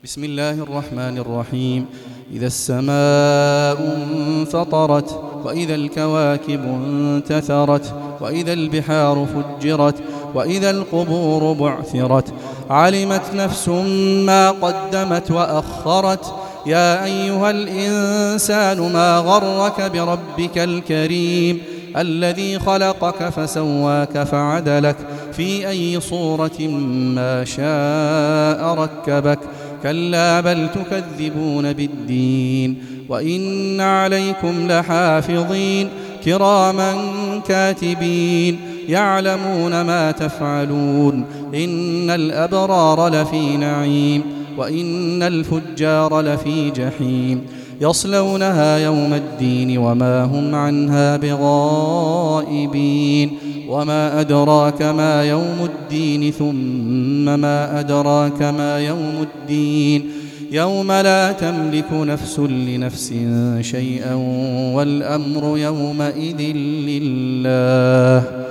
بسم الله الرحمن الرحيم. إذا السماء انفطرت وإذا الكواكب انتثرت وإذا البحار فجرت وإذا القبور بعثرت علمت نفس ما قدمت وأخرت. يا أيها الإنسان ما غرك بربك الكريم الذي خلقك فسواك فعدلك في أي صورة ما شاء ركبك. كلا بل تكذبون بالدين وإن عليكم لحافظين كراما كاتبين يعلمون ما تفعلون. إن الأبرار لفي نعيم وإن الفجار لفي جحيم يصلونها يوم الدين وما هم عنها بغائبين. وما أدراك ما يوم الدين ثم ما أدراك ما يوم الدين يوم لا تملك نفس لنفس شيئا والأمر يومئذ لله.